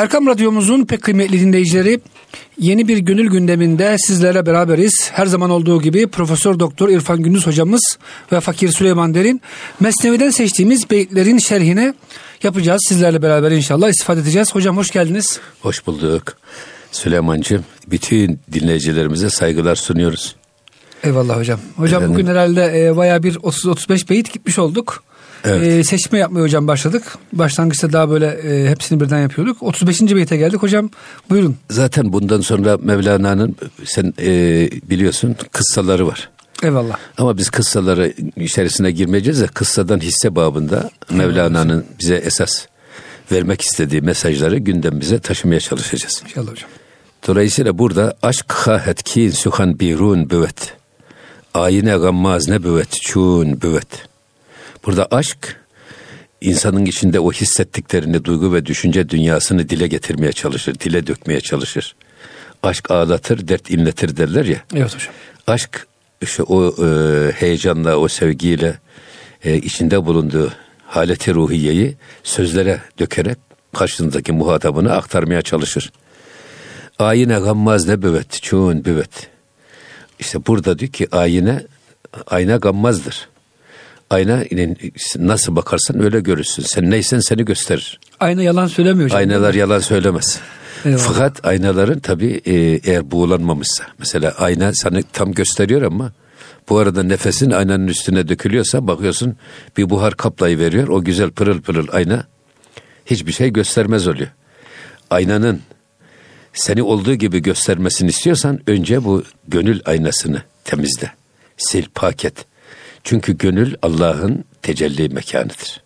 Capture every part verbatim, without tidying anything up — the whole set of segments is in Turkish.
Erkam Radyomuzun pek kıymetli dinleyicileri, yeni bir gönül gündeminde sizlerle beraberiz. Her zaman olduğu gibi Profesör Doktor İrfan Gündüz hocamız ve Fakir Süleyman Derin Mesnevi'den seçtiğimiz beyitlerin şerhine yapacağız. Sizlerle beraber inşallah istifade edeceğiz. Hocam hoş geldiniz. Hoş bulduk Süleyman'cığım. Bütün dinleyicilerimize saygılar sunuyoruz. Eyvallah hocam. Hocam Efendim? Bugün herhalde e, bayağı bir otuz otuz beş beyit gitmiş olduk. Evet. E, seçme yapmaya hocam başladık. Başlangıçta daha böyle e, hepsini birden yapıyorduk. otuz beşinci beyte geldik hocam. Buyurun. Zaten bundan sonra Mevlana'nın sen e, biliyorsun kıssaları var. Eyvallah. Ama biz kıssaları içerisine girmeyeceğiz de kıssadan hisse babında Mevlana'nın bize esas vermek istediği mesajları gündemimize taşımaya çalışacağız. İnşallah hocam. Dolayısıyla burada aşk hahet kin suhan birun büvet. Ayine gammaz ne büvet çun büvet. Burada aşk insanın içinde o hissettiklerini, duygu ve düşünce dünyasını dile getirmeye çalışır, dile dökmeye çalışır. Aşk ağlatır, dert inletir derler ya. Evet hocam. Aşk işte o e, heyecanla, o sevgiyle e, içinde bulunduğu haleti ruhiyeyi sözlere dökerek karşısındaki muhatabına aktarmaya çalışır. Ayine gammaz ne büvet, çun büvet. İşte burada diyor ki ayine, ayna gammazdır. Ayna nasıl bakarsan öyle görürsün. Sen neysen seni gösterir. Ayna yalan söylemiyor hocam. Aynalar yalan söylemez. Eyvallah. Fakat aynaların tabii e, eğer buğulanmamışsa, mesela ayna sana tam gösteriyor ama bu arada nefesin aynanın üstüne dökülüyorsa bakıyorsun bir buhar kaplayıveriyor. O güzel pırıl pırıl ayna hiçbir şey göstermez oluyor. Aynanın seni olduğu gibi göstermesini istiyorsan önce bu gönül aynasını temizle. Sil, pak et. Çünkü gönül Allah'ın tecelli mekanıdır.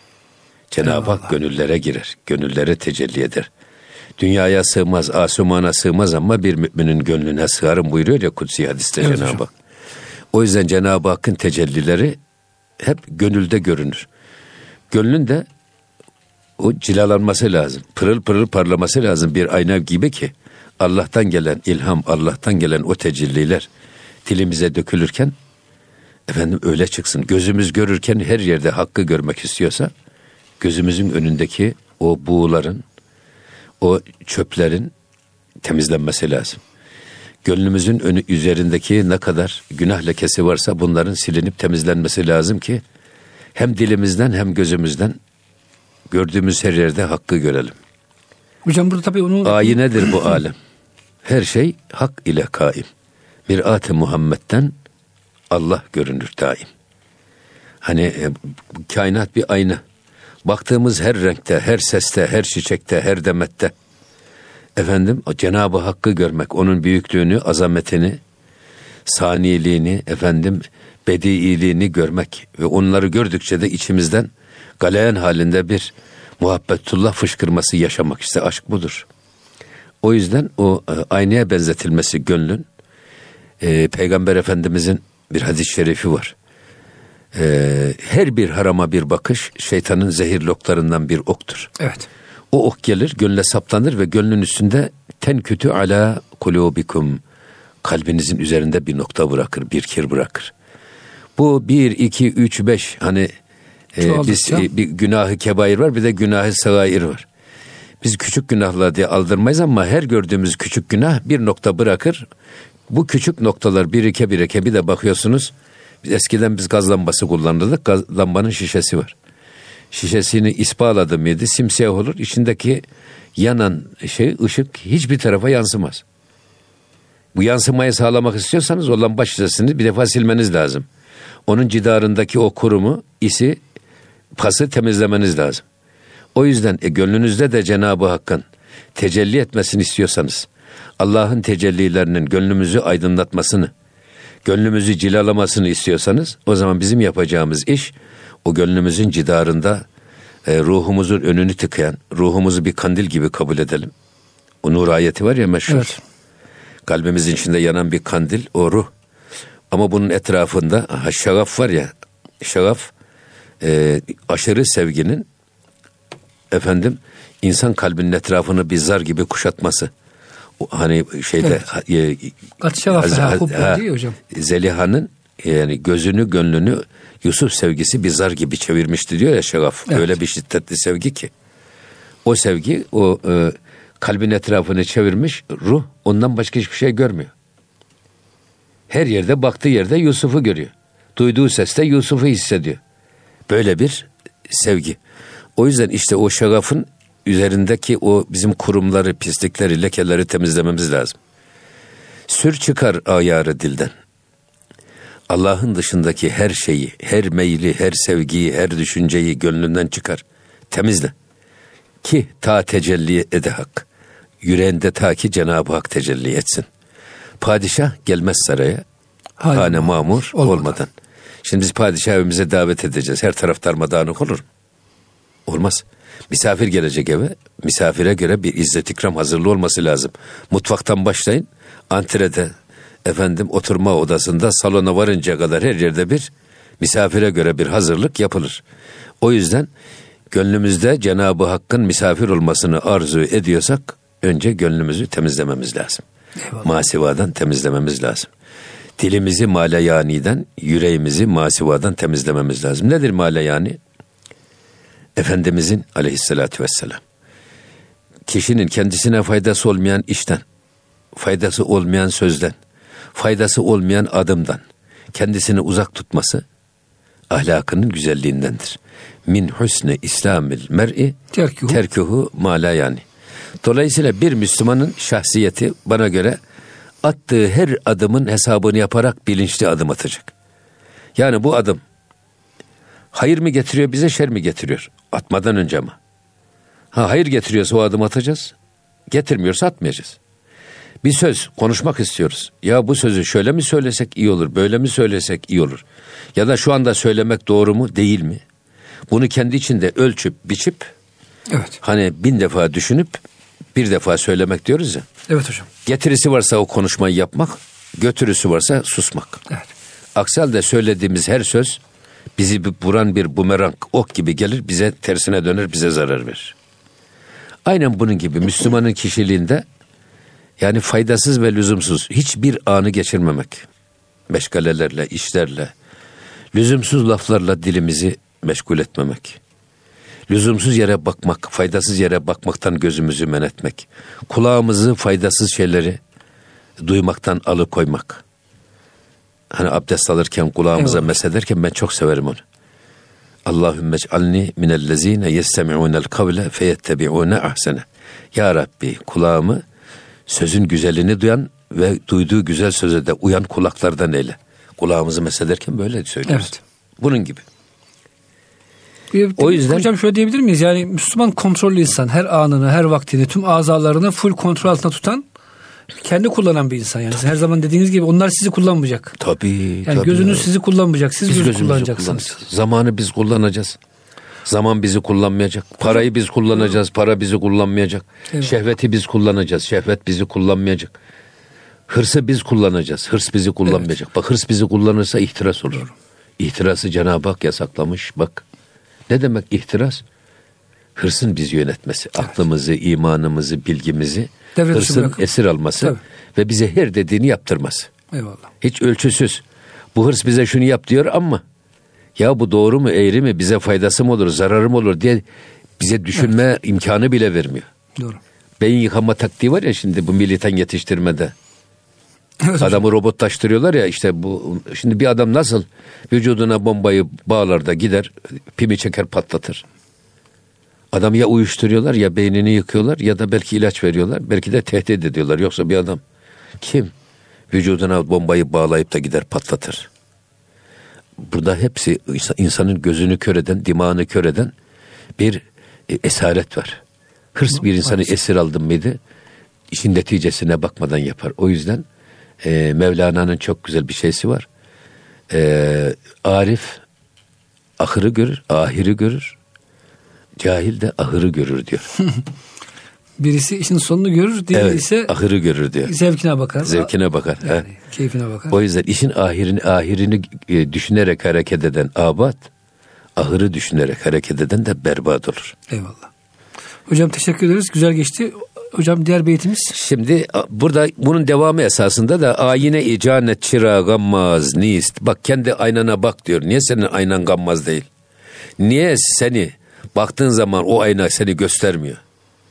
Cenab-ı Hak gönüllere girer, gönüllere tecelli eder. Dünyaya sığmaz, asumana sığmaz ama bir müminin gönlüne sığarım buyuruyor ya kutsi hadiste evet, Cenab-ı Hak. O yüzden Cenab-ı Hakk'ın tecellileri hep gönülde görünür. Gönlün de o cilalanması lazım, pırıl pırıl parlaması lazım bir ayna gibi ki Allah'tan gelen ilham, Allah'tan gelen o tecelliler dilimize dökülürken efendim öyle çıksın. Gözümüz görürken her yerde hakkı görmek istiyorsa gözümüzün önündeki o buğuların, o çöplerin temizlenmesi lazım. Gönlümüzün önü üzerindeki ne kadar günah lekesi varsa bunların silinip temizlenmesi lazım ki hem dilimizden hem gözümüzden gördüğümüz her yerde hakkı görelim. Hocam burada tabii onu... Ayinedir bu alem. Her şey hak ile kaim. Mirat-ı Muhammed'den Allah görünür daim. Hani e, kainat bir ayna. Baktığımız her renkte, her seste, her çiçekte, her demette efendim Cenab-ı Hakk'ı görmek, onun büyüklüğünü, azametini, saniliğini, efendim bediiliğini görmek ve onları gördükçe de içimizden galeyan halinde bir muhabbetullah fışkırması yaşamak, işte aşk budur. O yüzden o e, aynaya benzetilmesi gönlün e, Peygamber Efendimizin bir hadis-i şerifi var. Ee, her bir harama bir bakış şeytanın zehirli oklarından bir oktur. Evet. O ok gelir, gönle saplanır ve gönlün üstünde tenkütü ala kulubikum, kalbinizin üzerinde bir nokta bırakır, bir kir bırakır. Bu bir, iki, üç, beş hani e, biz e, bir günahı kebair var, bir de günahı sagair var. Biz küçük günahlar diye aldırmayız ama her gördüğümüz küçük günah bir nokta bırakır. Bu küçük noktalar birike birike bir de bakıyorsunuz. Biz eskiden biz gaz lambası kullanırdık. Gaz lambanın şişesi var. Şişesini ispaladı mıydı simsiyah olur. İçindeki yanan şey ışık hiçbir tarafa yansımaz. Bu yansımayı sağlamak istiyorsanız o lamba şişesini bir defa silmeniz lazım. Onun cidarındaki o kurumu, isi, pası temizlemeniz lazım. O yüzden e, gönlünüzde de Cenab-ı Hakk'ın tecelli etmesini istiyorsanız, Allah'ın tecellilerinin gönlümüzü aydınlatmasını, gönlümüzü cilalamasını istiyorsanız, o zaman bizim yapacağımız iş, o gönlümüzün cidarında e, ruhumuzun önünü tıkayan, ruhumuzu bir kandil gibi kabul edelim. O nur ayeti var ya meşhur. Evet. Kalbimizin içinde yanan bir kandil, o ruh. Ama bunun etrafında ha, şagaf var ya, şagaf e, aşırı sevginin efendim insan kalbinin etrafını bir zar gibi kuşatması. O, hani şeyde evet. e, hocam. Zeliha'nın yani gözünü gönlünü Yusuf sevgisi bir zar gibi çevirmişti diyor ya şagaf. Evet. Öyle bir şiddetli sevgi ki. O sevgi, o e, kalbin etrafını çevirmiş ruh ondan başka hiçbir şey görmüyor. Her yerde, baktığı yerde Yusuf'u görüyor. Duyduğu seste Yusuf'u hissediyor. Böyle bir sevgi. O yüzden işte o şagafın üzerindeki o bizim kurumları, pislikleri, lekeleri temizlememiz lazım. Sür çıkar ayarı dilden. Allah'ın dışındaki her şeyi, her meyli, her sevgiyi, her düşünceyi gönlünden çıkar. Temizle. Ki ta tecelli ede hak. Yüreğinde ta ki Cenab-ı Hak tecelli etsin. Padişah gelmez saraya, hane, hane mamur olmadan. olmadan. Şimdi biz padişah evimize davet edeceğiz. Her taraf darmadağınık olur mu? Olmaz. Misafir gelecek eve, misafire göre bir izzet ikram hazırlığı olması lazım. Mutfaktan başlayın, antrede, efendim oturma odasında, salona varıncaya kadar her yerde bir misafire göre bir hazırlık yapılır. O yüzden gönlümüzde Cenab-ı Hakk'ın misafir olmasını arzu ediyorsak, önce gönlümüzü temizlememiz lazım. Eyvallah. Masivadan temizlememiz lazım. Dilimizi maleyani'den, yüreğimizi masivadan temizlememiz lazım. Nedir maleyani? Efendimizin aleyhissalatü vesselam, kişinin kendisine faydası olmayan işten, faydası olmayan sözden, faydası olmayan adımdan kendisini uzak tutması ahlakının güzelliğindendir. Min husni İslamil mer'i terkuhu malayani. Dolayısıyla bir Müslümanın şahsiyeti bana göre attığı her adımın hesabını yaparak bilinçli adım atacak. Yani bu adım hayır mı getiriyor bize, şer mi getiriyor? Atmadan önce ama. Ha hayır getiriyorsa o adım atacağız. Getirmiyorsa atmayacağız. Bir söz konuşmak istiyoruz. Ya bu sözü şöyle mi söylesek iyi olur, böyle mi söylesek iyi olur? Ya da şu anda söylemek doğru mu, değil mi? Bunu kendi içinde ölçüp, biçip, evet, hani bin defa düşünüp bir defa söylemek diyoruz ya. Evet hocam. Getirisi varsa o konuşmayı yapmak, götürüsü varsa susmak. Evet. Aksi halde söylediğimiz her söz bizi vuran bir bumerang, ok gibi gelir, bize tersine döner, bize zarar verir. Aynen bunun gibi Müslümanın kişiliğinde yani faydasız ve lüzumsuz hiçbir anı geçirmemek. Meşgalelerle, işlerle, lüzumsuz laflarla dilimizi meşgul etmemek. Lüzumsuz yere bakmak, faydasız yere bakmaktan gözümüzü men etmek. Kulağımızı faydasız şeyleri duymaktan alıkoymak. Hani abdest alırken kulağımıza evet, mesederken ben çok severim onu. Allahümme ec'alni minellezine yestemi'unel kavle feyettebi'une ahsene. Ya Rabbi, kulağımı sözün güzelini duyan ve duyduğu güzel söze de uyan kulaklardan eyle. Kulağımızı mesederken böyle söylüyoruz. Evet. Bunun gibi. Bir, o yüzden hocam şöyle diyebilir miyiz? Yani Müslüman kontrollü insan, her anını, her vaktini, tüm azalarını full kontrol altında tutan, kendi kullanan bir insan yani. Her zaman dediğiniz gibi onlar sizi kullanmayacak. Tabii. Yani tabii gözünüz ya. sizi kullanmayacak. Siz gözünüzü kullanacaksınız. Zamanı biz kullanacağız. Zaman bizi kullanmayacak. Parayı biz kullanacağız. Para bizi kullanmayacak. Evet. Şehveti biz kullanacağız. Şehvet bizi kullanmayacak. Hırsı biz kullanacağız. Hırs bizi kullanmayacak. Evet. Bak hırs bizi kullanırsa ihtiras olur. Doğru. İhtirası Cenab-ı Hak yasaklamış. Bak ne demek ihtiras? Hırsın bizi yönetmesi. Evet. Aklımızı, imanımızı, bilgimizi devlet hırsın esir alması. Tabii. Ve bize her dediğini yaptırması. Eyvallah. Hiç ölçüsüz. Bu hırs bize şunu yap diyor ama ya bu doğru mu, eğri mi, bize faydası mı olur, zararı mı olur diye bize düşünme evet, imkanı bile vermiyor. Doğru. Beyin yıkama taktiği var ya şimdi bu militan yetiştirmede. Evet, adamı hocam. Robotlaştırıyorlar ya işte bu. Şimdi bir adam nasıl vücuduna bombayı bağlar da gider, pimi çeker patlatır. Adam ya uyuşturuyorlar ya beynini yıkıyorlar ya da belki ilaç veriyorlar. Belki de tehdit ediyorlar. Yoksa bir adam kim vücuduna bombayı bağlayıp da gider patlatır? Burada hepsi insanın gözünü kör eden, dimağını kör eden bir esaret var. Hırs bir insanı esir aldın mıydı işin neticesine bakmadan yapar. O yüzden e, Mevlana'nın çok güzel bir şeysi var. E, Arif ahırı görür, ahiri görür. Cahil de ahırı görür diyor. Birisi işin sonunu görür, diğeri evet, ise ahırı görür diyor. Zevkine bakar. Zevkine bakar. Yani, he. Keyfine bakar. O yüzden işin ahirini, ahirini e, düşünerek hareket eden abat, ahırı düşünerek hareket eden de berbat olur. Eyvallah. Hocam teşekkür ederiz. Güzel geçti. Hocam diğer beytimiz. Şimdi burada bunun devamı esasında da ayine icanet çıra gammaz nist. Bak kendi aynana bak diyor. Niye senin aynan gammaz değil? Niye seni baktığın zaman o ayna seni göstermiyor?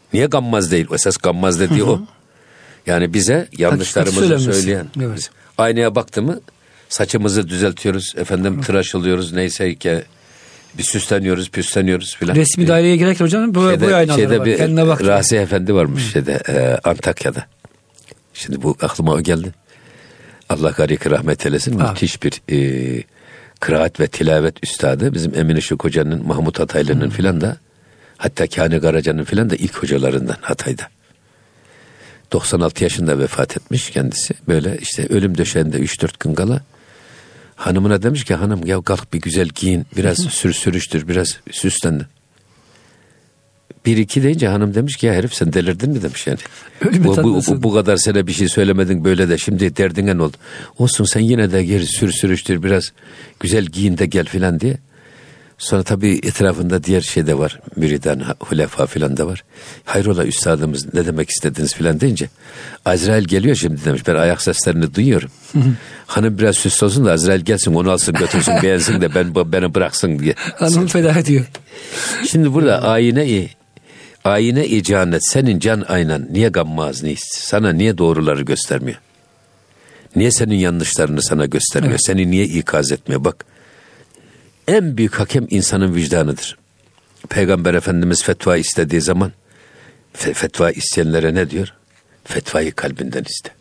Niye gammaz değil? Esas gammaz dediği o. Yani bize yanlışlarımızı söyleyen. Evet. Aynaya baktı mı saçımızı düzeltiyoruz. Efendim tıraş oluyoruz. Neyse ki bir süsleniyoruz, püsleniyoruz filan. Resmi daireye girerken hocam bu, şeyde, bu aynaları var. Bir kendine bak. Rahsi Efendi varmış şeyde e, Antakya'da. Şimdi bu aklıma o geldi. Allah gariki rahmet eylesin. Abi. Müthiş bir e, kıraat ve tilavet üstadı. Bizim Emin Işık Hoca'nın, Mahmut Hataylı'nın hmm. filan da, hatta Kani Karaca'nın filan da ilk hocalarından Hatay'da. doksan altı yaşında vefat etmiş kendisi. Böyle işte ölüm döşeğinde üç dört gün kala hanımına demiş ki, hanım ya kalk bir güzel giyin, biraz sür sürüştür, biraz süslen. Bir iki deyince hanım demiş ki, ya herif sen delirdin mi demiş yani. Bu, bu, bu, bu kadar sene bir şey söylemedin böyle de şimdi derdine ne oldu? Olsun sen yine de geri sür sürüştür, biraz güzel giyin de gel filan diye. Sonra tabii etrafında diğer şey de var. Müridan, hulefa filan da var. Hayrola üstadımız ne demek istediniz filan deyince, Azrail geliyor şimdi demiş. Ben ayak seslerini duyuyorum. Hanım biraz süs olsun da Azrail gelsin, onu alsın götürsün beğensin de ben beni bıraksın diye. Hanım feda ediyor. Şimdi burada ayine-i ayine-i canet, senin can aynan niye gammaz ne istiyor? Sana niye doğruları göstermiyor? Niye senin yanlışlarını sana göstermiyor? Evet. Seni niye ikaz etmiyor? Bak, en büyük hakem insanın vicdanıdır. Peygamber Efendimiz fetva istediği zaman fetva isteyenlere ne diyor? Fetvayı kalbinden iste.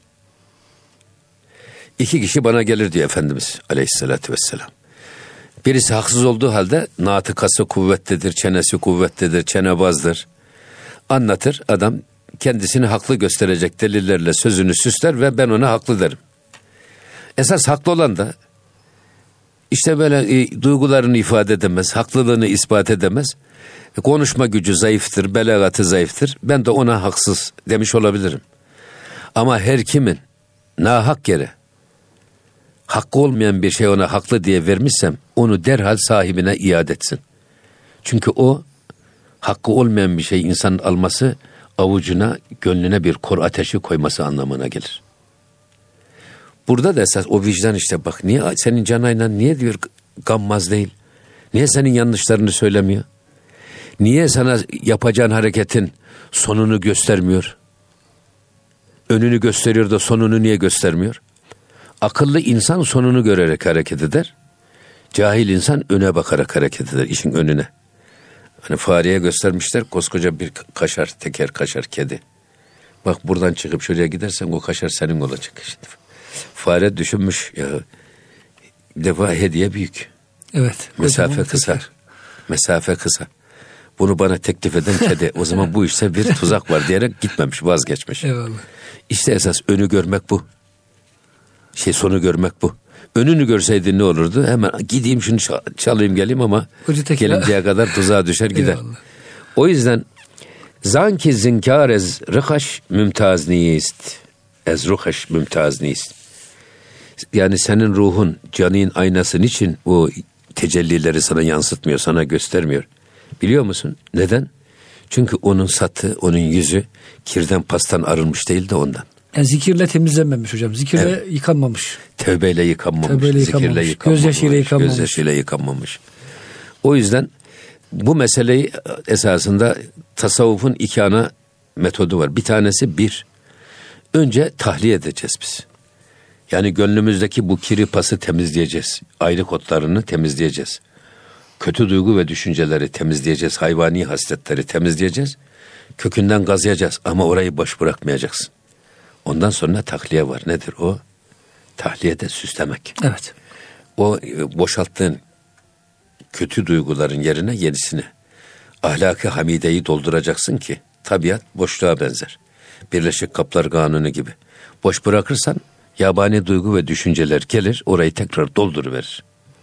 İki kişi bana gelir diyor Efendimiz Aleyhisselatü Vesselam. Birisi haksız olduğu halde natıkası kuvvetlidir, çenesi kuvvetlidir, çenebazdır. Anlatır, adam kendisini haklı gösterecek delillerle sözünü süsler ve ben ona haklı derim. Esas haklı olan da İşte böyle e, duygularını ifade edemez, haklılığını ispat edemez. E, konuşma gücü zayıftır, belagatı zayıftır. Ben de ona haksız demiş olabilirim. Ama her kimin nahak yere hakkı olmayan bir şey ona haklı diye vermişsem, onu derhal sahibine iade etsin. Çünkü o hakkı olmayan bir şey insanın alması, avucuna, gönlüne bir kor ateşi koyması anlamına gelir. Burada da esas o vicdan işte, bak niye senin canayla niye diyor gammaz değil? Niye senin yanlışlarını söylemiyor? Niye sana yapacağın hareketin sonunu göstermiyor? Önünü gösteriyor da sonunu niye göstermiyor? Akıllı insan sonunu görerek hareket eder. Cahil insan öne bakarak hareket eder, işin önüne. Hani fareye göstermişler koskoca bir kaşar, teker kaşar kedi. Bak buradan çıkıp şuraya gidersen o kaşar senin olacak işte. Fare düşünmüş ya, bir defa hediye büyük. Evet. Mesafe kısa. Tekrar. Mesafe kısa. Bunu bana teklif eden kedi. O zaman bu işte bir tuzak var diyerek gitmemiş, vazgeçmiş. Eyvallah. İşte esas önü görmek bu. Şey sonu görmek bu. Önünü görseydin ne olurdu? Hemen gideyim şunu çalayım geleyim ama gelinceye kadar tuzağa düşer gider. Eyvallah. O yüzden zanki zinkar ez rıhaş mümtaz niyist. Ez ruhaş mümtaz niyist. Yani senin ruhun, canın aynası niçin o tecellileri sana yansıtmıyor, sana göstermiyor? Biliyor musun? Neden? Çünkü onun satı, onun yüzü kirden pastan arınmış değil de ondan. Yani zikirle temizlenmemiş hocam. Zikirle evet. yıkanmamış. Tövbeyle yıkanmamış. Tövbeyle zikirle yıkanmamış. yıkanmamış. Gözyaşıyla yıkanmamış. Gözyaşıyla yıkanmamış. O yüzden bu meseleyi esasında tasavvufun iki ana metodu var. Bir tanesi bir. Önce tahliye edeceğiz biz. Yani gönlümüzdeki bu kiri pası temizleyeceğiz. Ayrı kodlarını temizleyeceğiz. Kötü duygu ve düşünceleri temizleyeceğiz. Hayvani hasletleri temizleyeceğiz. Kökünden gazlayacağız ama orayı boş bırakmayacaksın. Ondan sonra tahliye var. Nedir o? Tahliyede süslemek. Evet. O boşalttığın kötü duyguların yerine yenisini, ahlaki hamideyi dolduracaksın ki tabiat boşluğa benzer. Birleşik Kaplar Kanunu gibi. Boş bırakırsan yabani duygu ve düşünceler gelir, orayı tekrar dolduruverir.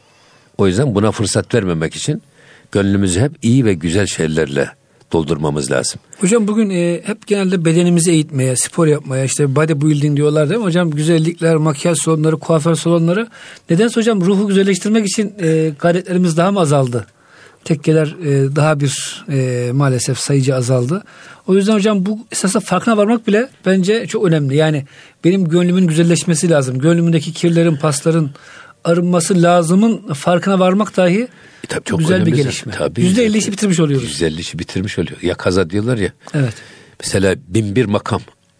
O yüzden buna fırsat vermemek için gönlümüzü hep iyi ve güzel şeylerle doldurmamız lazım. Hocam bugün e, hep genelde bedenimizi eğitmeye, spor yapmaya, işte bodybuilding diyorlar değil mi hocam? Güzellikler, makyaj salonları, kuaför salonları. Nedense hocam ruhu güzelleştirmek için e, gayretlerimiz daha mı azaldı? Tekkeler e, daha bir e, maalesef sayıcı azaldı. O yüzden hocam bu esasında farkına varmak bile bence çok önemli. Yani benim gönlümün güzelleşmesi lazım. Gönlümündeki kirlerin, pasların arınması lazımın farkına varmak dahi Tabii çok güzel bir gelişme. Tabii. yüzde elli işi bitirmiş oluyoruz. yüzde elli işi bitirmiş oluyor. Ya kaza diyorlar ya. Evet. Mesela bin bir makam.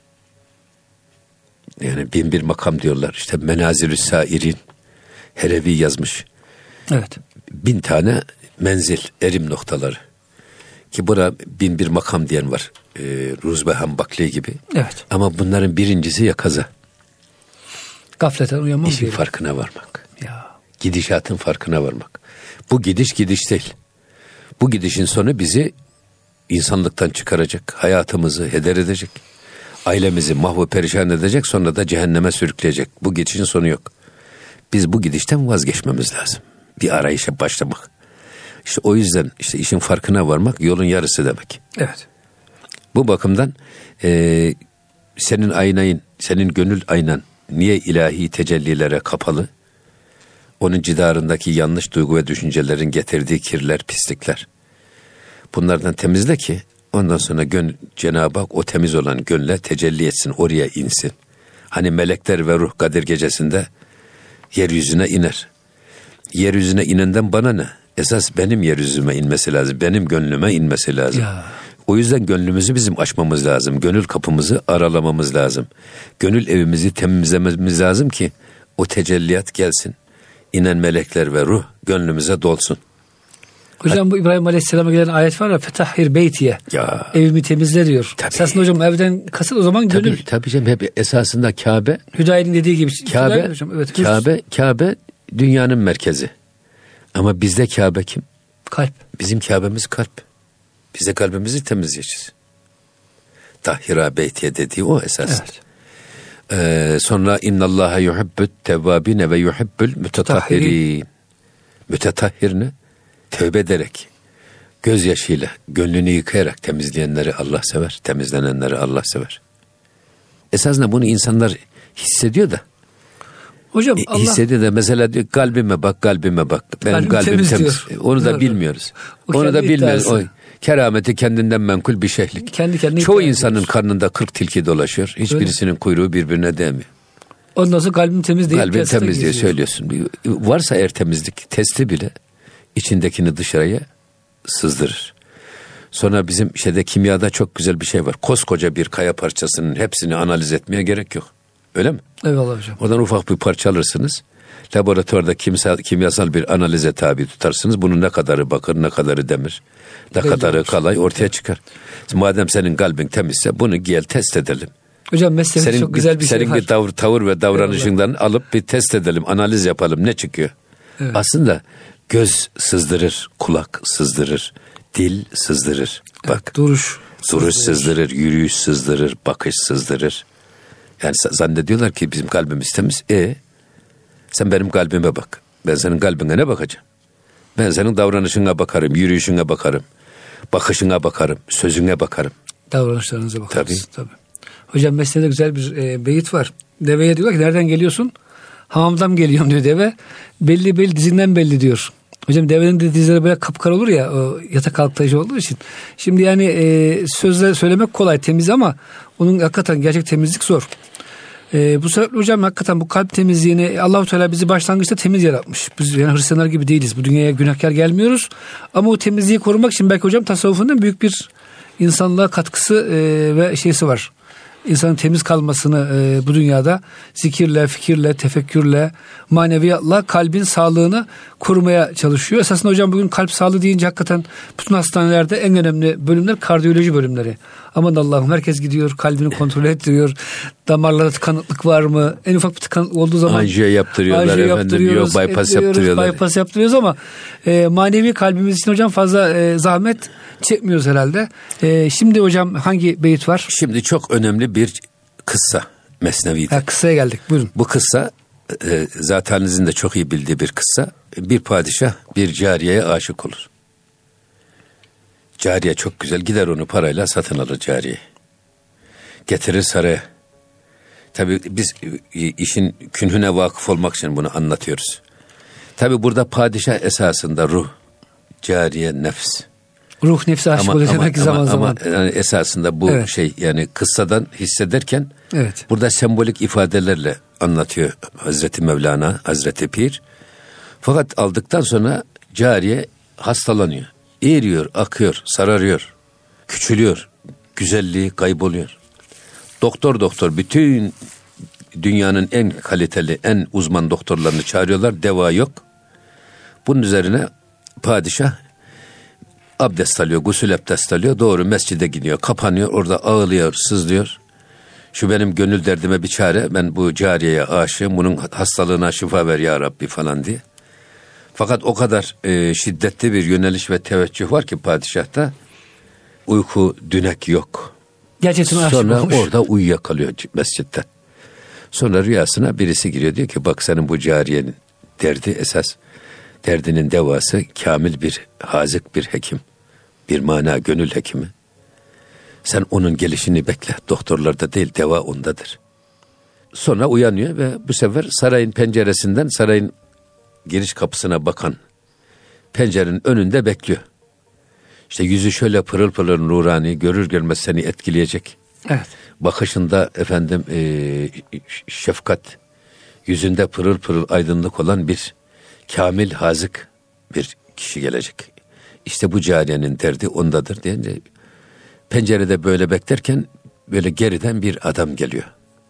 Yani bin bir makam diyorlar. İşte Menazilü Sairin Helevi yazmış. Evet. Bin tane menzil, erim noktaları. Ki buna bin bir makam diyen var. Ee, Ruzbehan Bakli gibi. Evet. Ama bunların birincisi ya kaza. Gafleten uyanmam İşin diyelim. farkına varmak. Ya. Gidişatın farkına varmak. Bu gidiş gidiş değil. Bu gidişin sonu bizi insanlıktan çıkaracak. Hayatımızı heder edecek. Ailemizi mahvu perişan edecek. Sonra da cehenneme sürükleyecek. Bu gidişin sonu yok. Biz bu gidişten vazgeçmemiz lazım. Bir arayışa başlamak. İşte o yüzden işte işin farkına varmak yolun yarısı demek. Evet. Bu bakımdan e, senin aynayın, senin gönül aynan niye ilahi tecellilere kapalı? Onun cidarındaki yanlış duygu ve düşüncelerin getirdiği kirler, pislikler. Bunlardan temizle ki ondan sonra gön, Cenab-ı Hak o temiz olan gönle tecelli etsin, oraya insin. Hani melekler ve ruh Kadir gecesinde yeryüzüne iner. Yeryüzüne inenden bana ne? Esas benim yeryüzüme inmesi lazım. Benim gönlüme inmesi lazım. Ya. O yüzden gönlümüzü bizim açmamız lazım. Gönül kapımızı aralamamız lazım. Gönül evimizi temizlememiz lazım ki o tecelliyat gelsin. İnen melekler ve ruh gönlümüze dolsun. Hocam bu İbrahim Aleyhisselam'a gelen ayet var ya, fetahhir beytiye. Ya. Evimi temizle diyor. Tabii. Esasında hocam evden kasıt o zaman gönül. Tabii, tabii canım, hep esasında Kabe. Hüdayi'nin dediği gibi. Kabe, hocam, evet, Kabe, Kabe dünyanın merkezi. Ama bizde Kabe kim? Kalp. Bizim Kabe'miz kalp. Biz de kalbimizi temizleyeceğiz. Tahhira beytiye dediği o esas. Evet. Ee, sonra innallaha yuhibbut tevvabine ve yuhibbul mütetahhirin. Mütetahhir ne? Tövbe ederek, gözyaşıyla, gönlünü yıkayarak temizleyenleri Allah sever. Temizlenenleri Allah sever. Esasında bunu insanlar hissediyor da. Hocam Allah... Hissediyor da mesela diyor kalbime bak, kalbime bak. Benim Kalbim kalbim temiz temiz. diyor. Onu da Doğru. bilmiyoruz. O Onu da kendi bilmiyoruz. iddiası. O kerameti kendinden menkul bir şeylik. Kendi kendine Çoğu iddia insanın ediyoruz. karnında kırk tilki dolaşıyor. Hiçbirisinin kuyruğu birbirine değmiyor. Ondan sonra kalbim temiz değil. Kalbin temiz diye söylüyorsun. Varsa eğer temizlik testi bile içindekini dışarıya sızdırır. Sonra bizim şeyde kimyada çok güzel bir şey var. Koskoca bir kaya parçasının hepsini analiz etmeye gerek yok. Öyle mi? Eyvallah hocam. Oradan ufak bir parça alırsınız. Laboratuvarda kimsel, kimyasal bir analize tabi tutarsınız. Bunun ne kadarı bakır, ne kadarı demir, ne Belli kadarı olur. kalay ortaya çıkar. Madem senin kalbin temizse bunu gel test edelim. Hocam mesleğinde Senin çok güzel bir senin şey var. bir tavır, tavır ve davranışından alıp bir test edelim, analiz yapalım. Ne çıkıyor? Evet. Aslında göz sızdırır, kulak sızdırır, dil sızdırır. Bak. Evet, duruş. Duruş sızdırır, yürüyüş sızdırır, bakış sızdırır. Yani zannediyorlar ki bizim kalbimiz temiz. E sen benim kalbime bak. Ben senin kalbine ne bakacağım? Ben senin davranışına bakarım, yürüyüşüne bakarım, bakışına bakarım, sözüne bakarım. Davranışlarınıza bakarız. Tabii. Tabii. Hocam mesleğinde güzel bir e, beyit var. Deveye diyorlar ki nereden geliyorsun? Hamamdan geliyorum diyor deve. Belli belli dizinden belli diyor. Hocam devenin de dizleri böyle kapkara olur ya, o yatak altlayıcı olduğu için. Şimdi yani e, sözle söylemek kolay, temiz, ama onun hakikaten gerçek temizlik zor. E, bu sebeple hocam hakikaten bu kalp temizliğini Allah-u Teala bizi başlangıçta temiz yaratmış. Biz yani Hristiyanlar gibi değiliz. Bu dünyaya günahkar gelmiyoruz. Ama o temizliği korumak için belki hocam tasavvufunun büyük bir insanlığa katkısı e, ve şeysi var. İnsanın temiz kalmasını e, bu dünyada zikirle, fikirle, tefekkürle, maneviyatla kalbin sağlığını korumaya çalışıyor. Esasında hocam bugün kalp sağlığı deyince hakikaten bütün hastanelerde en önemli bölümler kardiyoloji bölümleri. Aman Allah'ım, herkes gidiyor, kalbini kontrol ettiriyor. Damarlarda tıkanıklık var mı? En ufak bir tıkanıklık olduğu zaman Anjiyo yaptırıyorlar anjiyo efendim, yok bypass yaptırıyorlar. Bypass yaptırıyoruz ama e, manevi kalbimiz için hocam fazla e, zahmet çekmiyoruz herhalde. E, şimdi hocam hangi beyit var? Şimdi çok önemli bir kıssa Mesnevi'de. Ha, kıssaya geldik, buyurun. Bu kıssa e, zatenizin de çok iyi bildiği bir kıssa. Bir padişah bir cariyeye aşık olur. Cariye çok güzel, gider onu parayla satın alır cariye. Getirir saraya. Tabii biz işin künhüne vakıf olmak için bunu anlatıyoruz. Tabii burada padişah esasında ruh, cariye nefs. Ruh nefsi aşık oluyor demek ki zaman ama, zaman. Ama yani esasında bu Evet. şey, yani kıssadan hissederken Evet. burada sembolik ifadelerle anlatıyor Hazreti Mevlana, Hazreti Pir. Fakat aldıktan sonra cariye hastalanıyor. Eğriyor, akıyor, sararıyor, küçülüyor. Güzelliği kayboluyor. Doktor doktor bütün dünyanın en kaliteli, en uzman doktorlarını çağırıyorlar. Deva yok. Bunun üzerine padişah abdest alıyor, gusül abdest alıyor. Doğru mescide gidiyor, kapanıyor. Orada ağlıyor, sızlıyor. Şu benim gönül derdime bir çare. Ben bu cariyeye aşığım. Bunun hastalığına şifa ver ya Rabbi falan diye. Fakat o kadar e, şiddetli bir yöneliş ve teveccüh var ki padişahta. Uyku dünek yok. Gerçekten aşık Sonra olmuş. orada uyuyakalıyor mescitte. Sonra rüyasına birisi giriyor, diyor ki bak senin bu cariyenin derdi esas derdinin devası kamil bir hazık bir hekim. Bir mana gönül hekimi. Sen onun gelişini bekle. Doktorlarda değil, deva ondadır. Sonra uyanıyor ve bu sefer sarayın penceresinden sarayın giriş kapısına bakan pencerenin önünde bekliyor. İşte yüzü şöyle pırıl pırıl nurani, görür görmez seni etkileyecek. Evet. Bakışında efendim e, şefkat, yüzünde pırıl pırıl aydınlık olan bir kamil hazık bir kişi gelecek. İşte bu cariyenin derdi ondadır deyince pencerede böyle beklerken böyle geriden bir adam geliyor.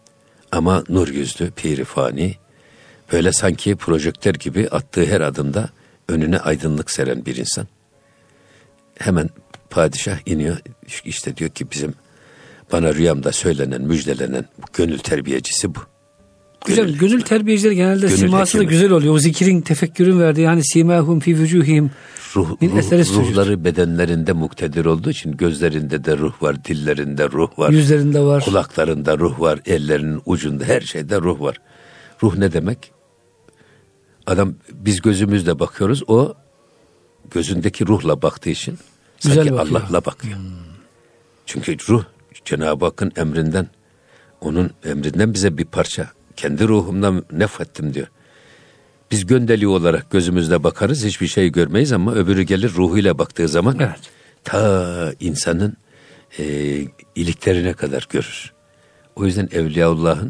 Ama nur yüzlü, pirifani, böyle sanki projektör gibi attığı her adımda önüne aydınlık seren bir insan. Hemen padişah iniyor. İşte diyor ki bizim bana rüyamda söylenen, müjdelenen bu gönül terbiyecisi bu. Hocam gönül, gönül terbiyecileri genelde gönül siması da güzel oluyor. O zikirin, tefekkürün verdiği yani simahum fi vücuhim. Ruh, ruh, ruhları bedenlerinde muktedir olduğu için gözlerinde de ruh var, dillerinde ruh var. Yüzlerinde var. Kulaklarında ruh var, ellerinin ucunda, her şeyde ruh var. Ruh ne demek? Adam biz gözümüzle bakıyoruz, o gözündeki ruhla baktığı için güzel sanki bakıyor. Allah'la bakıyor. Hmm. Çünkü ruh Cenab-ı Hakk'ın emrinden, onun emrinden bize bir parça. Kendi ruhumdan nefrettim diyor. Biz göndeli olarak gözümüzle bakarız, hiçbir şey görmeyiz ama öbürü gelir ruhuyla baktığı zaman evet. ta insanın e, iliklerine kadar görür. O yüzden Evliyaullah'ın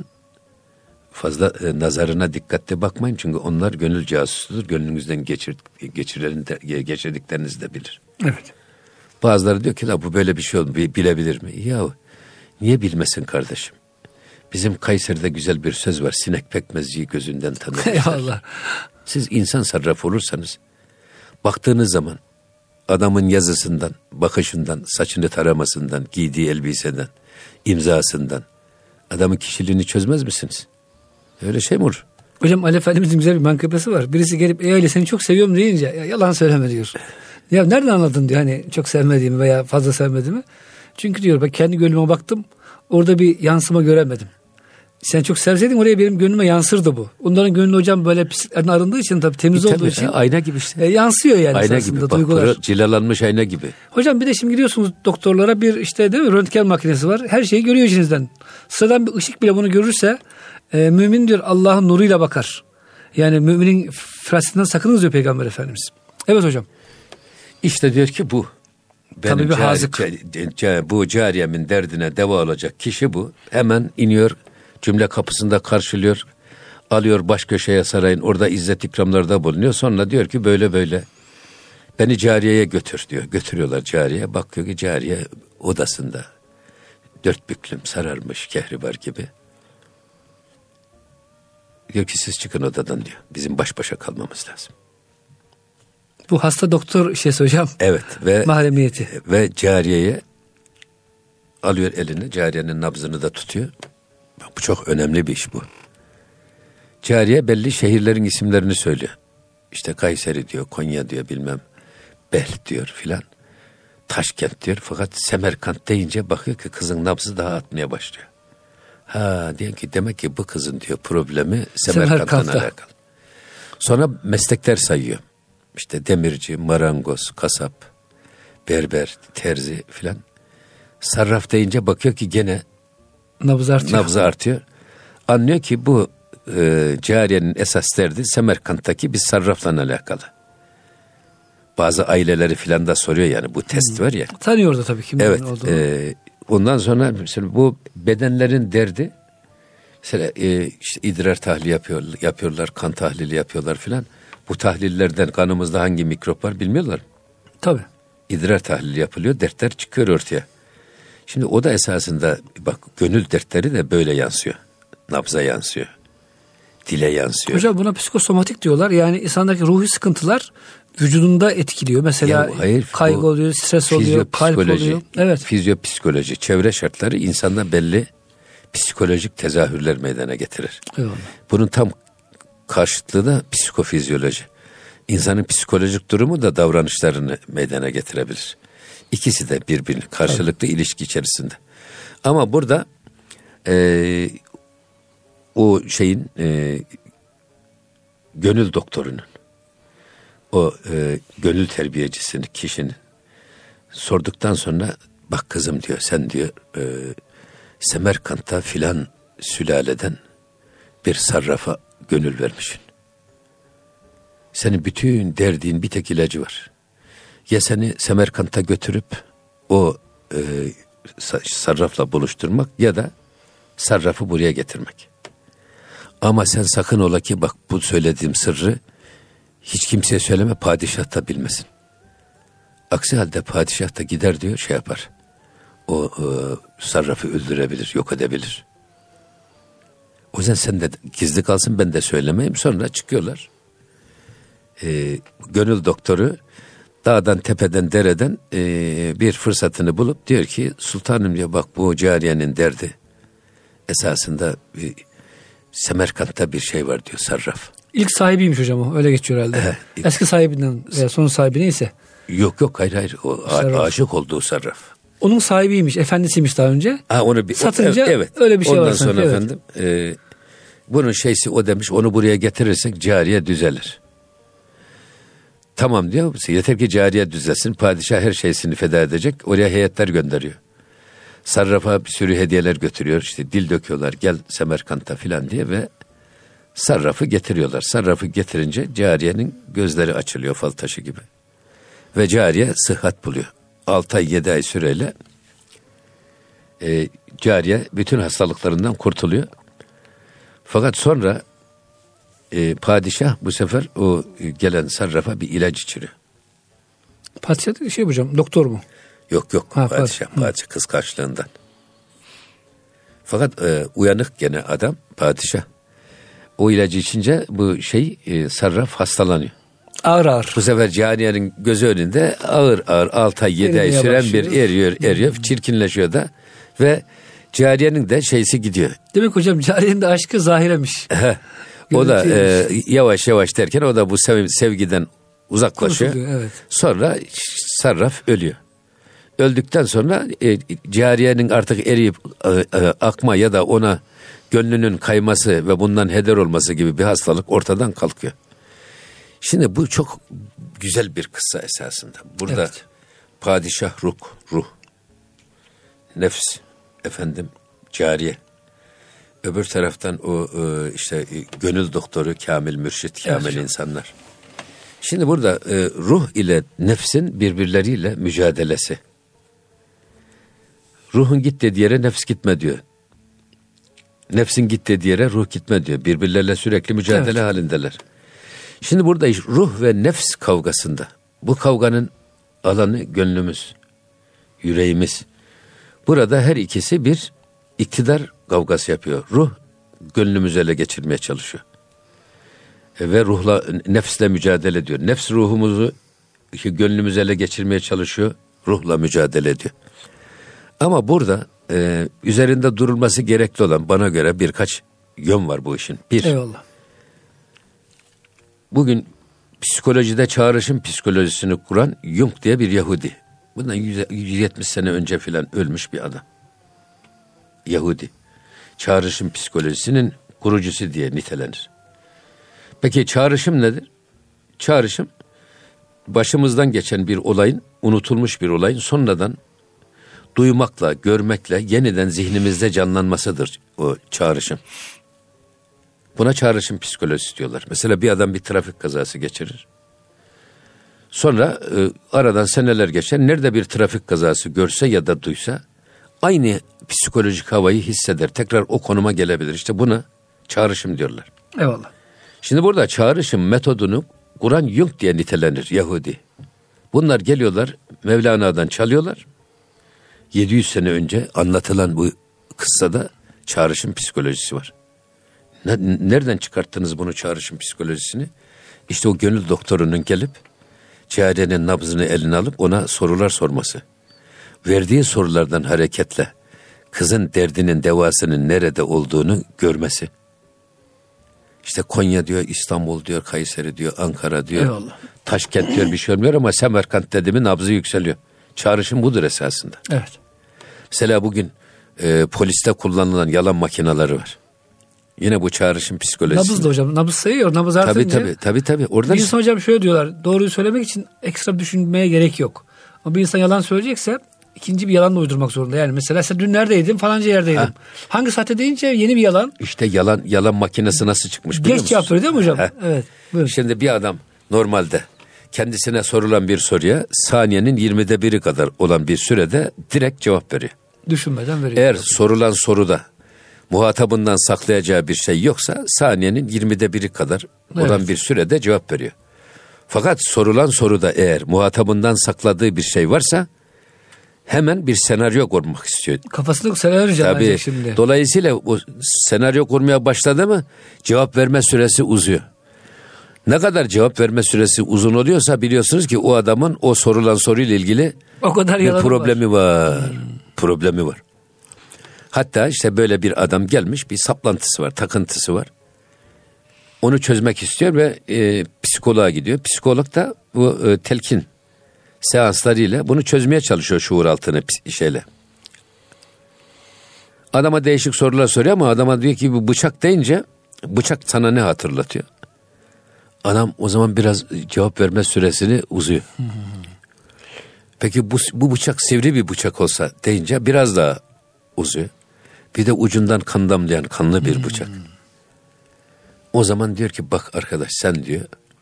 fazla e, nazarına dikkatli bakmayın çünkü onlar gönül casusudur. Gönlünüzden geçir, geçiren, geçirdiklerinizi de bilir. Evet. Bazıları diyor ki la bu böyle bir şey oldu, bilebilir mi? Ya niye bilmesin kardeşim? Bizim Kayseri'de güzel bir söz var. Sinek pekmezciyi gözünden tanır. Eyvallah. Siz insan sarrafı olursanız baktığınız zaman adamın yazısından, bakışından, saçını taramasından, giydiği elbiseden, imzasından adamın kişiliğini çözmez misiniz? Öyle şey mi olur? Hocam Ali Efendimiz'in güzel bir menkıbesi var. Birisi gelip ey Ali seni çok seviyorum deyince ya, yalan söyleme diyor. Ya nereden anladın diyor hani çok sevmediğimi veya fazla sevmediğimi. Çünkü diyor ben kendi gönlüme baktım orada bir yansıma göremedim. Sen çok sevseydin oraya benim gönlüme yansırdı bu. Onların gönlü hocam böyle pisliklerden arındığı için tabii temiz e, olduğu tabii, için. Ayna gibi işte. E, yansıyor yani. Ayna gibi bak pırıl, cilalanmış ayna gibi. Hocam bir de şimdi gidiyorsunuz doktorlara bir işte değil mi röntgen makinesi var. Her şeyi görüyor içinizden. Sıradan bir ışık bile bunu görürse e, mümin diyor Allah'ın nuruyla bakar. Yani müminin firasetinden sakınız diyor Peygamber Efendimiz. Evet hocam. İşte diyor ki bu. Benim tabii bir cari, hazık. Cari, cari, bu cariyemin derdine deva olacak kişi bu. Hemen iniyor. Cümle kapısında karşılıyor. Alıyor baş köşeye sarayın. Orada izzet ikramlarda bulunuyor. Sonra diyor ki böyle böyle. Beni cariyeye götür diyor. Götürüyorlar cariye. Bakıyor ki cariye odasında. Dört büklüm sararmış kehribar gibi. Diyor ki siz çıkın odadan diyor. Bizim baş başa kalmamız lazım. Bu hasta doktor şeysi hocam. Evet. Ve mahremiyeti. Ve cariyeye alıyor elini. Cariyenin nabzını da tutuyor. Bu çok önemli bir iş bu. Cariye belli şehirlerin isimlerini söylüyor. İşte Kayseri diyor, Konya diyor bilmem, Bel diyor filan. Taşkent diyor fakat Semerkant deyince bakıyor ki kızın nabzı daha atmaya başlıyor. Ha diyor ki demek ki bu kızın diyor problemi Semerkant'tan alakalı. Sonra meslekler sayıyor. İşte demirci, marangoz, kasap, berber, terzi filan. Sarraf deyince bakıyor ki gene nabzı artıyor. Nabzı artıyor. Anlıyor ki bu e, cariyenin esas derdi Semerkant'taki bir sarrafla alakalı. Bazı aileleri filan da soruyor yani bu test hmm. var ya. Tanıyor da tabii kim evet, olduğunu. E, ondan sonra mesela bu bedenlerin derdi mesela e, işte idrar tahlili yapıyor, yapıyorlar, kan tahlili yapıyorlar filan. Bu tahlillerden kanımızda hangi mikrop var bilmiyorlar. Tabii. İdrar tahlili yapılıyor, dertler çıkıyor ortaya. Şimdi o da esasında bak gönül dertleri de böyle yansıyor. Nabza yansıyor. Dile yansıyor. Hocam buna psikosomatik diyorlar. Yani insandaki ruhi sıkıntılar vücudunda etkiliyor. Mesela ya, hayır, kaygı oluyor, stres oluyor, kalp oluyor. Evet. Fizyopsikoloji, çevre şartları insanda belli psikolojik tezahürler meydana getirir. Eyvallah. Bunun tam karşıtlığı da psikofizyoloji. İnsanın psikolojik durumu da davranışlarını meydana getirebilir. İkisi de birbirine karşılıklı Tabii. ilişki içerisinde. Ama burada e, o şeyin e, gönül doktorunun, o e, gönül terbiyecisinin, kişinin sorduktan sonra bak kızım diyor, sen diyor e, Semerkant'ta filan sülaleden bir sarrafa gönül vermişsin. Senin bütün derdin bir tek ilacı var. Ya seni Semerkant'a götürüp o e, sarrafla buluşturmak ya da sarrafı buraya getirmek. Ama sen sakın ola ki bak bu söylediğim sırrı hiç kimseye söyleme, padişah da bilmesin. Aksi halde padişah da gider diyor şey yapar. O e, sarrafı öldürebilir, yok edebilir. O yüzden sen de gizli kalsın, ben de söylemeyeyim. Sonra çıkıyorlar. E, gönül doktoru dağdan, tepeden, dereden e, bir fırsatını bulup diyor ki sultanım diyor bak bu cariyenin derdi esasında bir Semerkant'ta bir şey var diyor, sarraf. İlk sahibiymiş hocam o, öyle geçiyor herhalde. He, eski sahibinden veya son sahibi neyse. Yok yok hayır hayır o a- aşık olduğu sarraf. Onun sahibiymiş, efendisiymiş daha önce. Ha, onu bir, satınca o, evet, öyle bir şey ondan var. Ondan sonra evet. efendim e, bunun şeysi o demiş, onu buraya getirirsek cariye düzelir. Tamam diyor, yeter ki cariye düzelsin, padişah her şeysini feda edecek, oraya heyetler gönderiyor. Sarrafa bir sürü hediyeler götürüyor, işte dil döküyorlar, gel Semerkant'a filan diye ve sarrafı getiriyorlar. Sarrafı getirince cariyenin gözleri açılıyor fal taşı gibi. Ve cariye sıhhat buluyor. altı ay yedi ay süreyle e, cariye bütün hastalıklarından kurtuluyor. Fakat sonra e, padişah bu sefer o gelen sarrafa bir ilaç içiriyor. Padişah şey hocam, doktor mu? Yok yok ha, padişah, padişah kıskançlığından. Fakat e, uyanık gene adam, padişah. O ilacı içince bu şey e, sarraf hastalanıyor. Ağır ağır. Bu sefer cariyenin gözü önünde ağır ağır altı ay yedi ay süren başlıyor. bir eriyor eriyor hmm. çirkinleşiyor da ve cariyenin de şeysi gidiyor. Demek hocam cariyenin de aşkı zahiremiş. O da e, yavaş yavaş derken o da bu sev, sevgiden uzaklaşıyor. Evet. Sonra sarraf ölüyor. Öldükten sonra e, cariyenin artık eriyip e, e, akma ya da ona gönlünün kayması ve bundan heder olması gibi bir hastalık ortadan kalkıyor. Şimdi bu çok güzel bir kıssa esasında. Burada evet. Padişah ruh, ruh, nefs, efendim cariye. Öbür taraftan o işte gönül doktoru, kamil mürşit, kamil evet. insanlar. Şimdi burada e, ruh ile nefsin birbirleriyle mücadelesi. Ruhun git dediği yere nefs gitme diyor. Nefsin git dediği yere ruh gitme diyor. Birbirleriyle sürekli mücadele evet. halindeler. Şimdi burada ruh ve nefs kavgasında. Bu kavganın alanı gönlümüz, yüreğimiz. Burada her ikisi bir iktidar kavgası yapıyor. Ruh gönlümüzü ele geçirmeye çalışıyor. E, ve ruhla, nefsle mücadele ediyor. Nefs ruhumuzu gönlümüzü ele geçirmeye çalışıyor. Ruhla mücadele ediyor. Ama burada e, üzerinde durulması gerekli olan bana göre birkaç yön var bu işin. Bir, eyvallah. Bugün psikolojide çağrışım psikolojisini kuran Jung diye bir Yahudi. Bundan yüz yetmiş sene önce filan ölmüş bir adam. Yahudi. Çağrışım psikolojisinin kurucusu diye nitelenir. Peki çağrışım nedir? Çağrışım başımızdan geçen bir olayın, unutulmuş bir olayın sonradan duymakla, görmekle yeniden zihnimizde canlanmasıdır o çağrışım. Buna çağrışım psikolojisi diyorlar. Mesela bir adam bir trafik kazası geçirir. Sonra e, aradan seneler geçer. Nerede bir trafik kazası görse ya da duysa aynı psikolojik havayı hisseder. Tekrar o konuma gelebilir. İşte buna çağrışım diyorlar. Eyvallah. Şimdi burada çağrışım metodunu Kur'an Jung diye nitelenir, Yahudi. Bunlar geliyorlar Mevlana'dan çalıyorlar. yedi yüz sene önce anlatılan bu kıssada çağrışım psikolojisi var. Nereden çıkarttınız bunu, çağrışım psikolojisini? İşte o gönül doktorunun gelip çarenin nabzını eline alıp ona sorular sorması. Verdiği sorulardan hareketle kızın derdinin devasının nerede olduğunu görmesi. İşte Konya diyor, İstanbul diyor, Kayseri diyor, Ankara diyor. Eyvallah. Taşkent diyor, bir şey olmuyor ama Semerkant dedi mi nabzı yükseliyor. Çağrışım budur esasında. Evet. Mesela bugün e, poliste kullanılan yalan makineleri var. Yine bu çağrışım psikolojisi. Nabız da hocam. Nabız sayıyor. Nabız artınca. Tabii tabii. tabii, tabii. Orada bir insan hocam şöyle diyorlar. Doğruyu söylemek için ekstra düşünmeye gerek yok. Ama bir insan yalan söyleyecekse ikinci bir yalan da uydurmak zorunda. Yani mesela sen dün neredeydin? Falanca yerdeydim. Ha. Hangi saatte deyince yeni bir yalan. İşte yalan yalan makinesi nasıl çıkmış biliyor musunuz? Geç cevap veriyor değil mi hocam? Ha. Evet. Buyurun. Şimdi bir adam normalde kendisine sorulan bir soruya saniyenin yirmide biri kadar olan bir sürede direkt cevap veriyor. Düşünmeden veriyor. Eğer sorulan soruda muhatabından saklayacağı bir şey yoksa saniyenin yirmide biri kadar olan evet. bir sürede cevap veriyor. Fakat sorulan soruda eğer muhatabından sakladığı bir şey varsa hemen bir senaryo kurmak istiyor. Kafasında senaryo canlanacak şimdi. Dolayısıyla o senaryo kurmaya başladı mı cevap verme süresi uzuyor. Ne kadar cevap verme süresi uzun oluyorsa biliyorsunuz ki o adamın o sorulan soruyla ilgili o kadar bir problemi var. var. Hmm. Problemi var. Hatta işte böyle bir adam gelmiş, bir saplantısı var, takıntısı var. Onu çözmek istiyor ve e, psikoloğa gidiyor. Psikolog da bu e, telkin seanslarıyla bunu çözmeye çalışıyor şuur altını şeyle. Adama değişik sorular soruyor ama adama diyor ki bu bıçak deyince bıçak sana ne hatırlatıyor? Adam o zaman biraz cevap verme süresini uzuyor. Hmm. Peki bu, bu bıçak sivri bir bıçak olsa deyince biraz daha uzuyor. Bir de ucundan kan damlayan kanlı bir bıçak. Hmm. O zaman diyor ki bak arkadaş sen diyor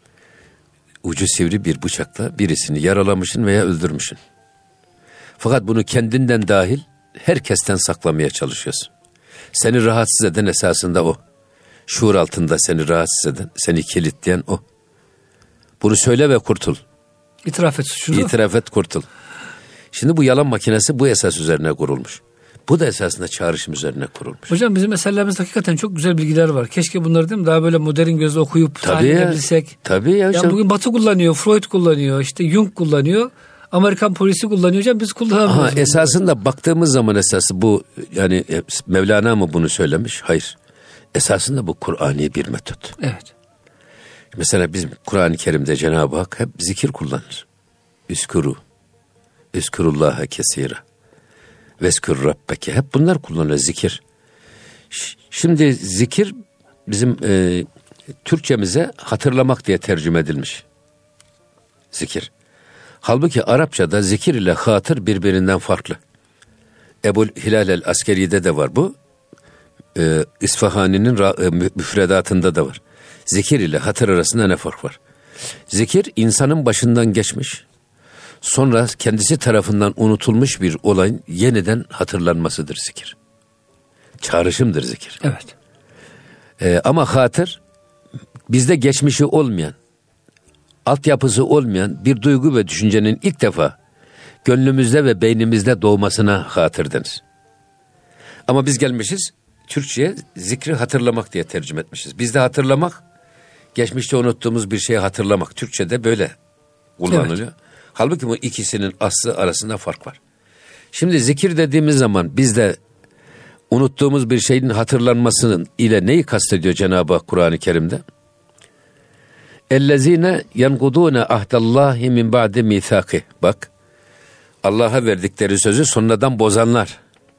ucu sivri bir bıçakla birisini yaralamışsın veya öldürmüşsün. Fakat bunu kendinden dahil herkesten saklamaya çalışıyorsun. Seni rahatsız eden esasında o. Şuur altında seni rahatsız eden, seni kilitleyen o. Bunu söyle ve kurtul. İtiraf et suçunu. İtiraf et kurtul. Şimdi bu yalan makinesi bu esas üzerine kurulmuş. Bu da esasında çağrışım üzerine kurulmuş. Hocam bizim eserlerimizde hakikaten çok güzel bilgiler var. Keşke bunları değil mi daha böyle modern gözle okuyup tahlil edebilsek. Tabii ya. Yani bugün Batı kullanıyor, Freud kullanıyor, işte Jung kullanıyor. Amerikan polisi kullanıyor hocam, biz kullanamıyoruz. Aha, esasında baktığımız zaman esası bu yani Mevlana mı bunu söylemiş? Hayır. Esasında bu Kur'ani bir metot. Evet. Mesela bizim Kur'an-ı Kerim'de Cenab-ı Hak hep zikir kullanır. Üskuru, üskurullaha kesira, veskür rabbeke. Hep bunlar kullanılır zikir. Şimdi zikir bizim e, Türkçemize hatırlamak diye tercüme edilmiş. Zikir. Halbuki Arapçada zikir ile hatır birbirinden farklı. Ebul Hilal el-Askeri'de de var bu. E, İsfahani'nin ra- e, müfredatında da var. Zikir ile hatır arasında ne fark var? Zikir insanın başından geçmiş, sonra kendisi tarafından unutulmuş bir olayın yeniden hatırlanmasıdır zikir. Çağrışımdır zikir. Evet. Ee, ama hatır bizde geçmişi olmayan, altyapısı olmayan bir duygu ve düşüncenin ilk defa gönlümüzde ve beynimizde doğmasına hatır denir. Ama biz gelmişiz Türkçe'ye zikri hatırlamak diye tercüme etmişiz. Bizde hatırlamak, geçmişte unuttuğumuz bir şeyi hatırlamak. Türkçe'de böyle kullanılıyor. Evet. Halbuki bu ikisinin aslı arasında fark var. Şimdi zikir dediğimiz zaman bizde unuttuğumuz bir şeyin hatırlanmasının ile neyi kastediyor Cenab-ı Hak Kur'an-ı Kerim'de? اَلَّذ۪ينَ يَنْقُدُونَ اَهْدَ اللّٰهِ مِنْ بَعْدِ مِيثَاقِهِ. Bak, Allah'a verdikleri sözü sonradan bozanlar.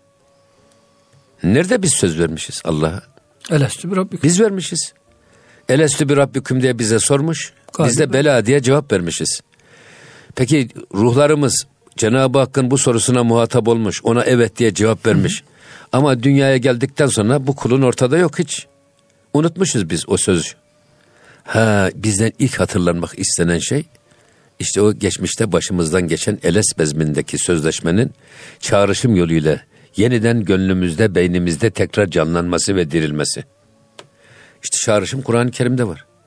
Nerede biz söz vermişiz Allah'a? Elestü bir Rabbiküm. Biz vermişiz. Elestü bir Rabbiküm diye bize sormuş. Galiba. Biz de bela diye cevap vermişiz. Peki ruhlarımız Cenab-ı Hakk'ın bu sorusuna muhatap olmuş. Ona evet diye cevap vermiş. Hı hı. Ama dünyaya geldikten sonra bu kulun ortada yok hiç. Unutmuşuz biz o sözü. Ha, bizden ilk hatırlanmak istenen şey işte o geçmişte başımızdan geçen Eles bezmindeki sözleşmenin çağrışım yoluyla yeniden gönlümüzde, beynimizde tekrar canlanması ve dirilmesi. İşte çağrışım Kur'an-ı Kerim'de var.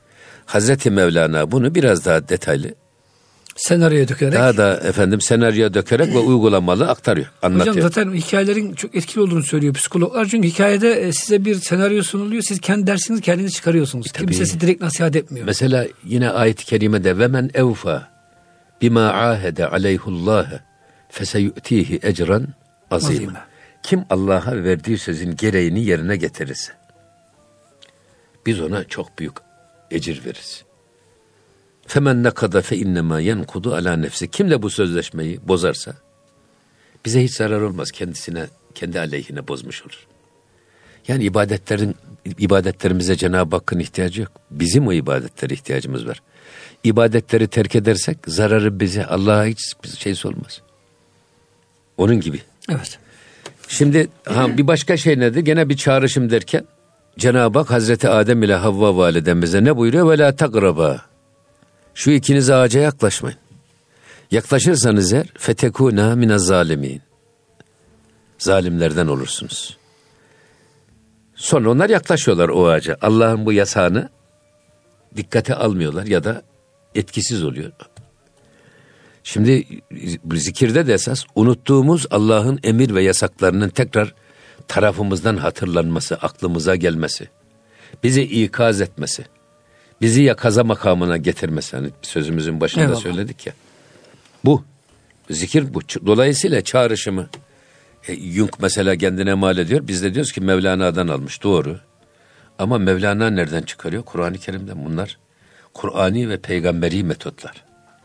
Hazreti Mevlana bunu biraz daha detaylı, senaryoya dökerek. daha da efendim senaryoya dökerek ve uygulamalı aktarıyor, anlatıyor. Hocam zaten hikayelerin çok etkili olduğunu söylüyor psikologlar. Çünkü hikayede size bir senaryo sunuluyor. Siz kendi dersinizi kendiniz çıkarıyorsunuz. E, kimse sizi direkt nasihat etmiyor. Mesela yine ayet-i kerimede ve men evfa bima ahede aleyhullâhe feseyu'tihi ecran azîme. Kim Allah'a verdiği sözün gereğini yerine getirirse biz ona çok büyük ecir veririz. Femen nekada fe innema yenkudu ala nefsi. Kim de bu sözleşmeyi bozarsa bize hiç zarar olmaz. Kendisine, kendi aleyhine bozmuş olur. Yani ibadetlerin ibadetlerimize Cenab-ı Hakk'ın ihtiyacı yok. Bizim o ibadetlere ihtiyacımız var. İbadetleri terk edersek zararı bize, Allah'a hiç şeysi olmaz. Onun gibi. Evet. Şimdi ha, bir başka şey nedir? Gene bir çağrışım derken Cenab-ı Hak Hazreti Adem ile Havva validemize ne buyuruyor? Ve la takraba. Şu ikiniz ağaca yaklaşmayın. Yaklaşırsanız eğer fetekûnâ minez zâlimîn. Zalimlerden olursunuz. Sonra onlar yaklaşıyorlar o ağaca. Allah'ın bu yasağını dikkate almıyorlar ya da etkisiz oluyor. Şimdi zikirde de esas unuttuğumuz Allah'ın emir ve yasaklarının tekrar tarafımızdan hatırlanması, aklımıza gelmesi, bizi ikaz etmesi, bizi yakaza makamına getirmesi. Hani sözümüzün başında Eyvallah. Söyledik ya. Bu. Zikir bu. Dolayısıyla çağrışımı e, Jung mesela kendine mal ediyor. Biz de diyoruz ki Mevlana'dan almış. Doğru. Ama Mevlana nereden çıkarıyor? Kur'an-ı Kerim'den. Bunlar Kur'ani ve peygamberi metotlar.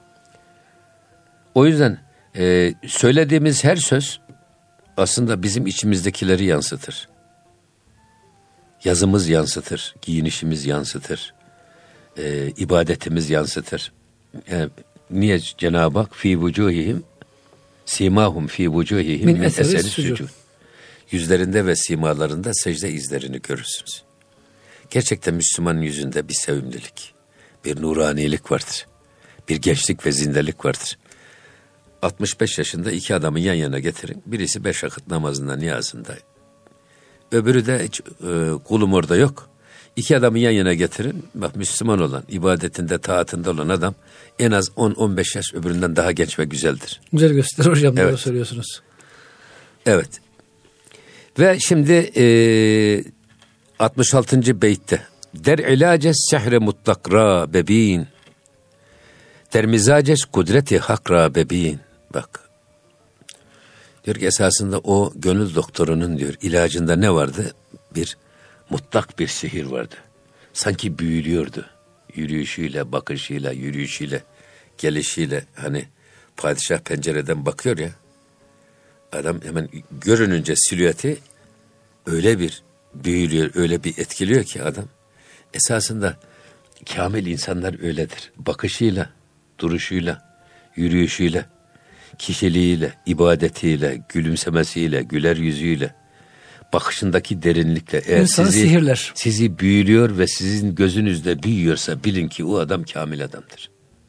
O yüzden e, söylediğimiz her söz aslında bizim içimizdekileri yansıtır. Yazımız yansıtır, giyinişimiz yansıtır, e, ibadetimiz yansıtır. Yani niye Cenab-ı Hak fi vucuhihim simahum fi vucuhihim min eseri sucud. Yüzlerinde ve simalarında secde izlerini görürsünüz. Gerçekten Müslümanın yüzünde bir sevimlilik, bir nuranilik vardır. Bir gençlik ve zindelik vardır. altmış beş yaşında iki adamı yan yana getirin. Birisi beş vakit namazında, niyazında. Öbürü de hiç e, kulum orada yok. İki adamı yan yana getirin. Bak Müslüman olan, ibadetinde, taatında olan adam en az on on beş yaş öbüründen daha genç ve güzeldir. Güzel gösterir hocam. Evet. Doğru söylüyorsunuz. Evet. Ve şimdi e, altmış altıncı beytte der ilaces sehre mutlak ra bebin der mizaces kudreti hak ra bebin. Bak. Diyor ki esasında o gönül doktorunun diyor ilacında ne vardı? Bir mutlak bir sihir vardı. Sanki büyülüyordu. Yürüyüşüyle, bakışıyla, yürüyüşüyle, gelişiyle. Hani padişah pencereden bakıyor ya. Adam hemen görününce silüeti öyle bir büyülüyor, öyle bir etkiliyor ki adam. Esasında kamil insanlar öyledir. Bakışıyla, duruşuyla, yürüyüşüyle, kişiliğiyle, ibadetiyle, gülümsemesiyle, güler yüzüyle, bakışındaki derinlikle eğer İnsanı sizi, sihirler. sizi büyülüyor ve sizin gözünüzde büyüyorsa bilin ki o adam kamil adamdır.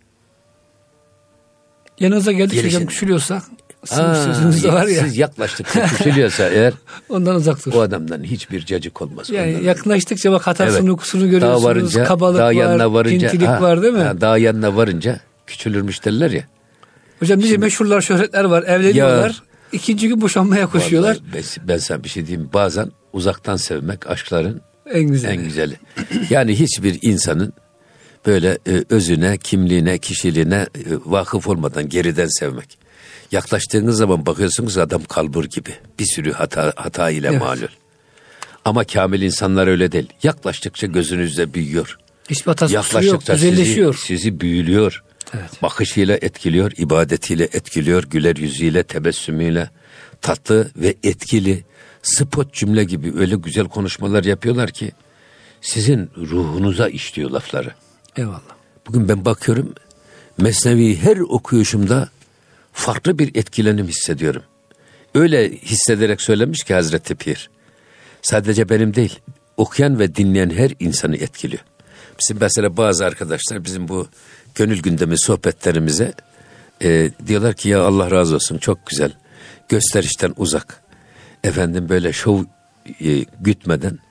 Yanınıza geldik hocam küçülüyorsa sizin sözünüz de var ya. Siz yaklaştıkça küçülüyorsa eğer ondan uzak dur. O adamdan hiçbir cacık olmaz. Yani ondan yaklaştıkça bak hatasını, evet. Kusunu görüyorsunuz. Daha varınca, kabalık daha var, yanına varınca, pintilik ha, var değil mi? Ha, daha yanına varınca küçülürmüş derler ya. Hocam nice meşhurlar, şöhretler var. Evleniyorlar. Ya, İkinci gün boşanmaya koşuyorlar. Ben, ben sana bir şey diyeyim. Bazen uzaktan sevmek aşkların en güzeli. En güzeli. Yani hiçbir insanın böyle e, özüne, kimliğine, kişiliğine e, vakıf olmadan geriden sevmek. Yaklaştığınız zaman bakıyorsunuz adam kalbur gibi. Bir sürü hata hata ile evet. malul. Ama kamil insanlar öyle değil. Yaklaştıkça gözünüzde büyüyor. Hiçbir hatası yok. Güzelleşiyor. Sizi, sizi büyülüyor. Evet. Bakışıyla etkiliyor, ibadetiyle etkiliyor, güler yüzüyle, tebessümüyle, tatlı ve etkili, spot cümle gibi öyle güzel konuşmalar yapıyorlar ki sizin ruhunuza işliyor lafları. Eyvallah. Bugün ben bakıyorum, Mesnevi'yi her okuyuşumda farklı bir etkilenim hissediyorum. Öyle hissederek söylemiş ki Hazreti Pir, sadece benim değil, okuyan ve dinleyen her insanı etkiliyor. Bizim mesela bazı arkadaşlar bizim bu gönül gündemi sohbetlerimize e, diyorlar ki ya Allah razı olsun çok güzel, gösterişten uzak, efendim böyle şov e, gütmeden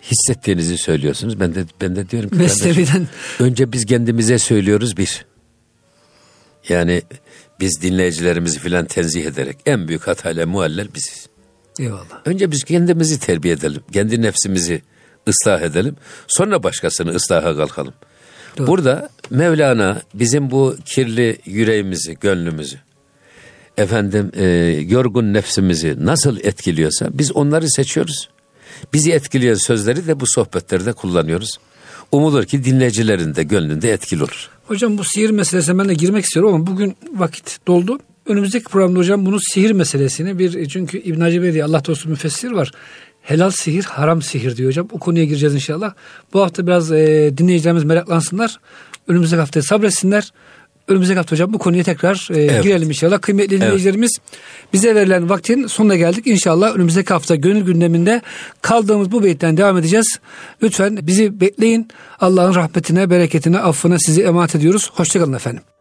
hissettiğinizi söylüyorsunuz. Ben de ben de diyorum ki Mesnevi'den önce biz kendimize söylüyoruz bir. Yani biz dinleyicilerimizi filan tenzih ederek en büyük hatayla muallel biziz. Eyvallah. Önce biz kendimizi terbiye edelim. Kendi nefsimizi ıslah edelim. Sonra başkasını ıslaha kalkalım. Doğru. Burada Mevlana bizim bu kirli yüreğimizi, gönlümüzü, efendim e, yorgun nefsimizi nasıl etkiliyorsa biz onları seçiyoruz. Bizi etkileyen sözleri de bu sohbetlerde kullanıyoruz. Umulur ki dinleyicilerin de gönlünde etkili olur. Hocam bu sihir meselesine ben de girmek istiyorum ama bugün vakit doldu. Önümüzdeki programda hocam bunu sihir meselesini bir çünkü İbn Hacer diye Allah dostu müfessir var. Helal sihir, haram sihir diyor hocam. O konuya gireceğiz inşallah. Bu hafta biraz e, dinleyicilerimiz meraklansınlar. Önümüzdeki haftaya sabretsinler. Önümüzdeki hafta hocam bu konuya tekrar e, evet. girelim inşallah. Kıymetli dinleyicilerimiz evet. bize verilen vaktin sonuna geldik. İnşallah önümüzdeki hafta gönül gündeminde kaldığımız bu beytten devam edeceğiz. Lütfen bizi bekleyin. Allah'ın rahmetine, bereketine, affına sizi emanet ediyoruz. Hoşçakalın efendim.